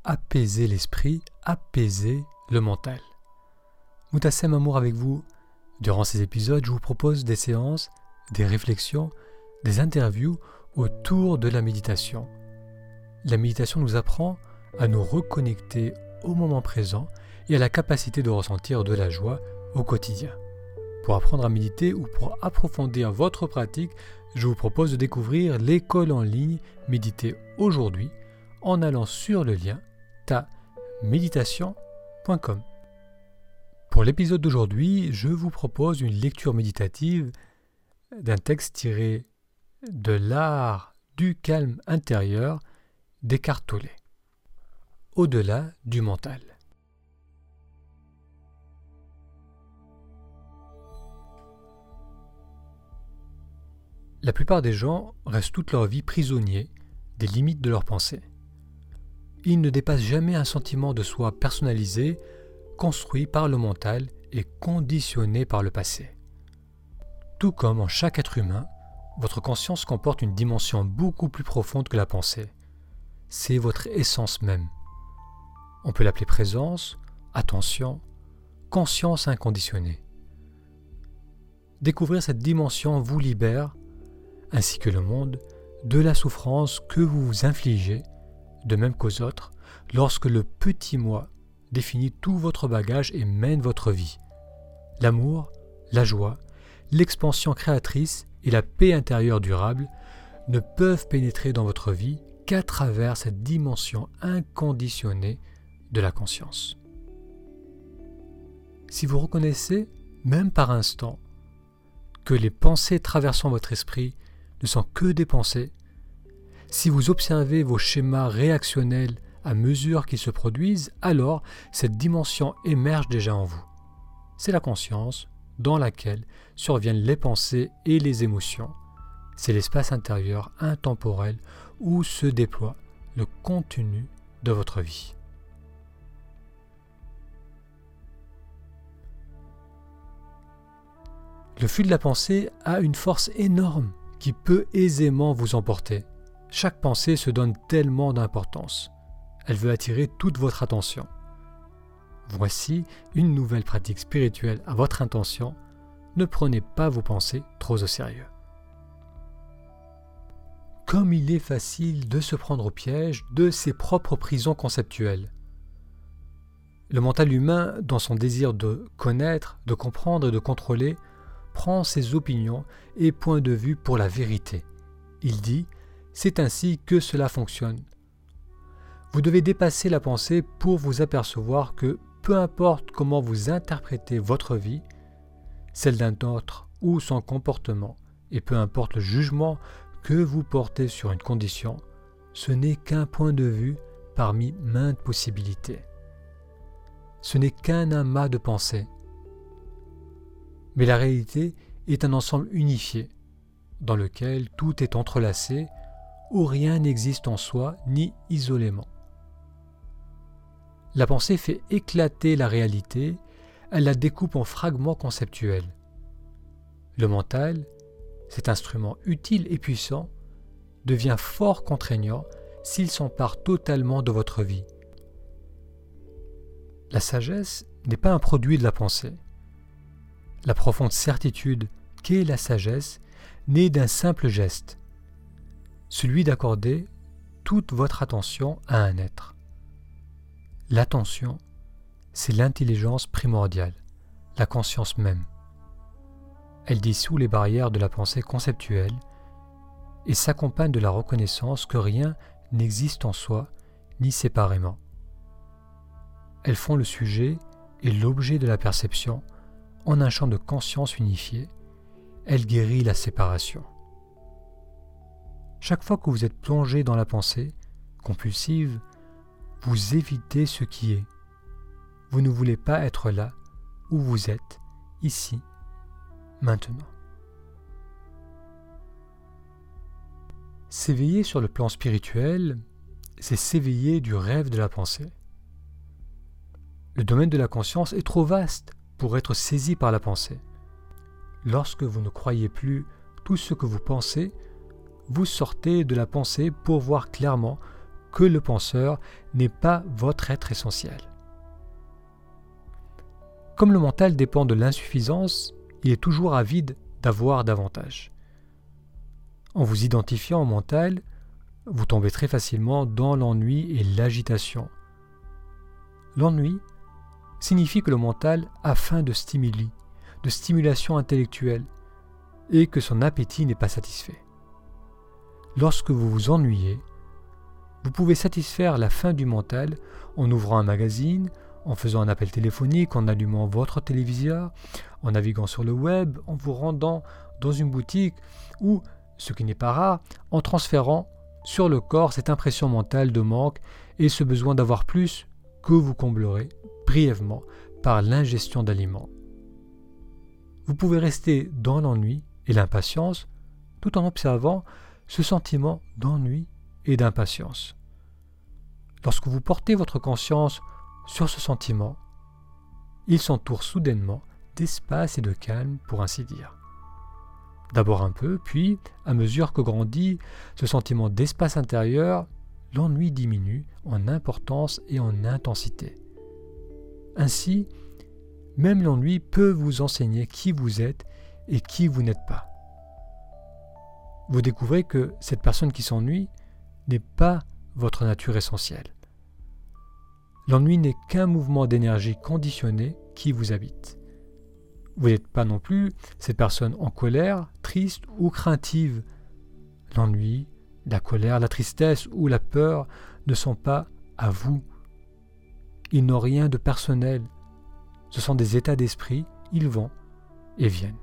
apaiser l'esprit, apaiser le mental. Moutassem Amour avec vous. Durant ces épisodes, je vous propose des séances, des réflexions, des interviews autour de la méditation. La méditation nous apprend à nous reconnecter au moment présent et à la capacité de ressentir de la joie au quotidien. Pour apprendre à méditer ou pour approfondir votre pratique, je vous propose de découvrir l'école en ligne Méditer aujourd'hui en allant sur le lien taméditation.com. Pour l'épisode d'aujourd'hui, je vous propose une lecture méditative d'un texte tiré de l'art du calme intérieur d'Eckhart Tolle. Au-delà du mental. La plupart des gens restent toute leur vie prisonniers des limites de leurs pensées. Ils ne dépassent jamais un sentiment de soi personnalisé, construit par le mental et conditionné par le passé. Tout comme en chaque être humain, votre conscience comporte une dimension beaucoup plus profonde que la pensée. C'est votre essence même. On peut l'appeler présence, attention, conscience inconditionnée. Découvrir cette dimension vous libère, ainsi que le monde, de la souffrance que vous vous infligez, de même qu'aux autres, lorsque le petit moi définit tout votre bagage et mène votre vie. L'amour, la joie, l'expansion créatrice et la paix intérieure durable ne peuvent pénétrer dans votre vie qu'à travers cette dimension inconditionnée de la conscience. Si vous reconnaissez, même par instant, que les pensées traversant votre esprit ne sont que des pensées, si vous observez vos schémas réactionnels à mesure qu'ils se produisent, alors cette dimension émerge déjà en vous. C'est la conscience dans laquelle surviennent les pensées et les émotions. C'est l'espace intérieur intemporel où se déploie le contenu de votre vie. Le flux de la pensée a une force énorme qui peut aisément vous emporter. Chaque pensée se donne tellement d'importance. Elle veut attirer toute votre attention. Voici une nouvelle pratique spirituelle à votre intention. Ne prenez pas vos pensées trop au sérieux. Comme il est facile de se prendre au piège de ses propres prisons conceptuelles. Le mental humain, dans son désir de connaître, de comprendre et de contrôler, prend ses opinions et points de vue pour la vérité. Il dit « c'est ainsi que cela fonctionne ». Vous devez dépasser la pensée pour vous apercevoir que peu importe comment vous interprétez votre vie, celle d'un autre ou son comportement, et peu importe le jugement que vous portez sur une condition, ce n'est qu'un point de vue parmi maintes possibilités. Ce n'est qu'un amas de pensées. Mais la réalité est un ensemble unifié, dans lequel tout est entrelacé, où rien n'existe en soi ni isolément. La pensée fait éclater la réalité, elle la découpe en fragments conceptuels. Le mental, cet instrument utile et puissant, devient fort contraignant s'il s'empare totalement de votre vie. La sagesse n'est pas un produit de la pensée. La profonde certitude qu'est la sagesse naît d'un simple geste, celui d'accorder toute votre attention à un être. L'attention, c'est l'intelligence primordiale, la conscience même. Elle dissout les barrières de la pensée conceptuelle et s'accompagne de la reconnaissance que rien n'existe en soi ni séparément. Elles font le sujet et l'objet de la perception en un champ de conscience unifié. Elle guérit la séparation. Chaque fois que vous êtes plongé dans la pensée compulsive, vous évitez ce qui est. Vous ne voulez pas être là où vous êtes, ici, maintenant. S'éveiller sur le plan spirituel, c'est s'éveiller du rêve de la pensée. Le domaine de la conscience est trop vaste pour être saisi par la pensée. Lorsque vous ne croyez plus tout ce que vous pensez, vous sortez de la pensée pour voir clairement que le penseur n'est pas votre être essentiel. Comme le mental dépend de l'insuffisance, il est toujours avide d'avoir davantage. En vous identifiant au mental, vous tombez très facilement dans l'ennui et l'agitation. L'ennui signifie que le mental a faim de stimuli, de stimulation intellectuelle, et que son appétit n'est pas satisfait. Lorsque vous vous ennuyez, vous pouvez satisfaire la faim du mental en ouvrant un magazine, en faisant un appel téléphonique, en allumant votre téléviseur, en naviguant sur le web, en vous rendant dans une boutique ou, ce qui n'est pas rare, en transférant sur le corps cette impression mentale de manque et ce besoin d'avoir plus que vous comblerez brièvement par l'ingestion d'aliments. Vous pouvez rester dans l'ennui et l'impatience tout en observant ce sentiment d'ennui et d'impatience. Lorsque vous portez votre conscience sur ce sentiment, il s'entoure soudainement d'espace et de calme, pour ainsi dire. D'abord un peu, puis, à mesure que grandit ce sentiment d'espace intérieur, l'ennui diminue en importance et en intensité. Ainsi, même l'ennui peut vous enseigner qui vous êtes et qui vous n'êtes pas. Vous découvrez que cette personne qui s'ennuie n'est pas votre nature essentielle. L'ennui n'est qu'un mouvement d'énergie conditionné qui vous habite. Vous n'êtes pas non plus cette personne en colère, triste ou craintive. L'ennui, la colère, la tristesse ou la peur ne sont pas à vous. Ils n'ont rien de personnel. Ce sont des états d'esprit, ils vont et viennent.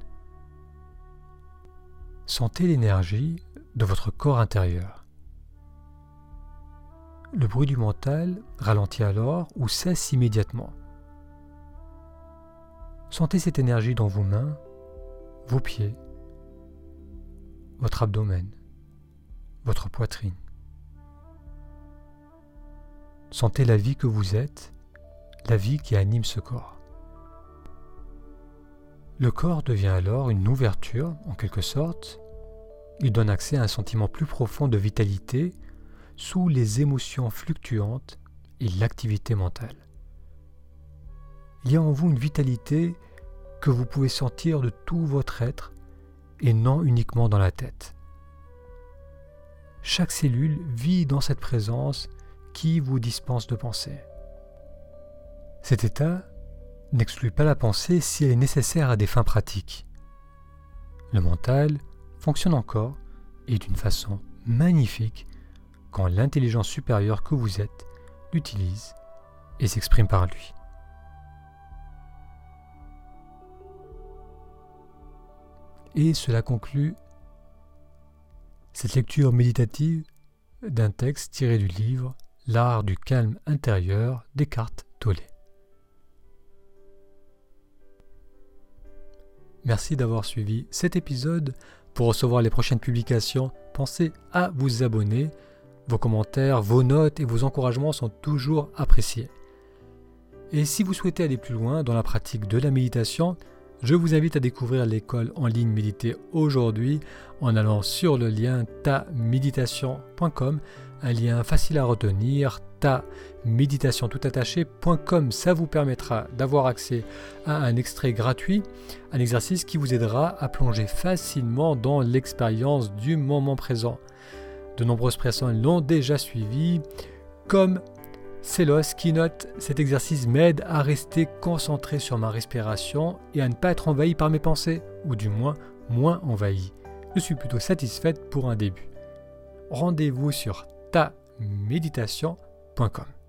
Sentez l'énergie de votre corps intérieur. Le bruit du mental ralentit alors ou cesse immédiatement. Sentez cette énergie dans vos mains, vos pieds, votre abdomen, votre poitrine. Sentez la vie que vous êtes, la vie qui anime ce corps. Le corps devient alors une ouverture, en quelque sorte. Il donne accès à un sentiment plus profond de vitalité sous les émotions fluctuantes et l'activité mentale. Il y a en vous une vitalité que vous pouvez sentir de tout votre être et non uniquement dans la tête. Chaque cellule vit dans cette présence qui vous dispense de penser. Cet état n'exclut pas la pensée si elle est nécessaire à des fins pratiques. Le mental fonctionne encore et d'une façon magnifique quand l'intelligence supérieure que vous êtes l'utilise et s'exprime par lui. Et cela conclut cette lecture méditative d'un texte tiré du livre « L'art du calme intérieur » d'Eckhart Tolle. Merci d'avoir suivi cet épisode. Pour recevoir les prochaines publications, pensez à vous abonner. Vos commentaires, vos notes et vos encouragements sont toujours appréciés. Et si vous souhaitez aller plus loin dans la pratique de la méditation, je vous invite à découvrir l'école en ligne Méditer aujourd'hui en allant sur le lien taméditation.com, un lien facile à retenir, taméditationtoutattaché.com. Ça vous permettra d'avoir accès à un extrait gratuit, un exercice qui vous aidera à plonger facilement dans l'expérience du moment présent. De nombreuses personnes l'ont déjà suivi, comme Célos qui note « Cet exercice m'aide à rester concentré sur ma respiration et à ne pas être envahi par mes pensées, ou du moins envahi. Je suis plutôt satisfaite pour un début. » Rendez-vous sur taméditation.com.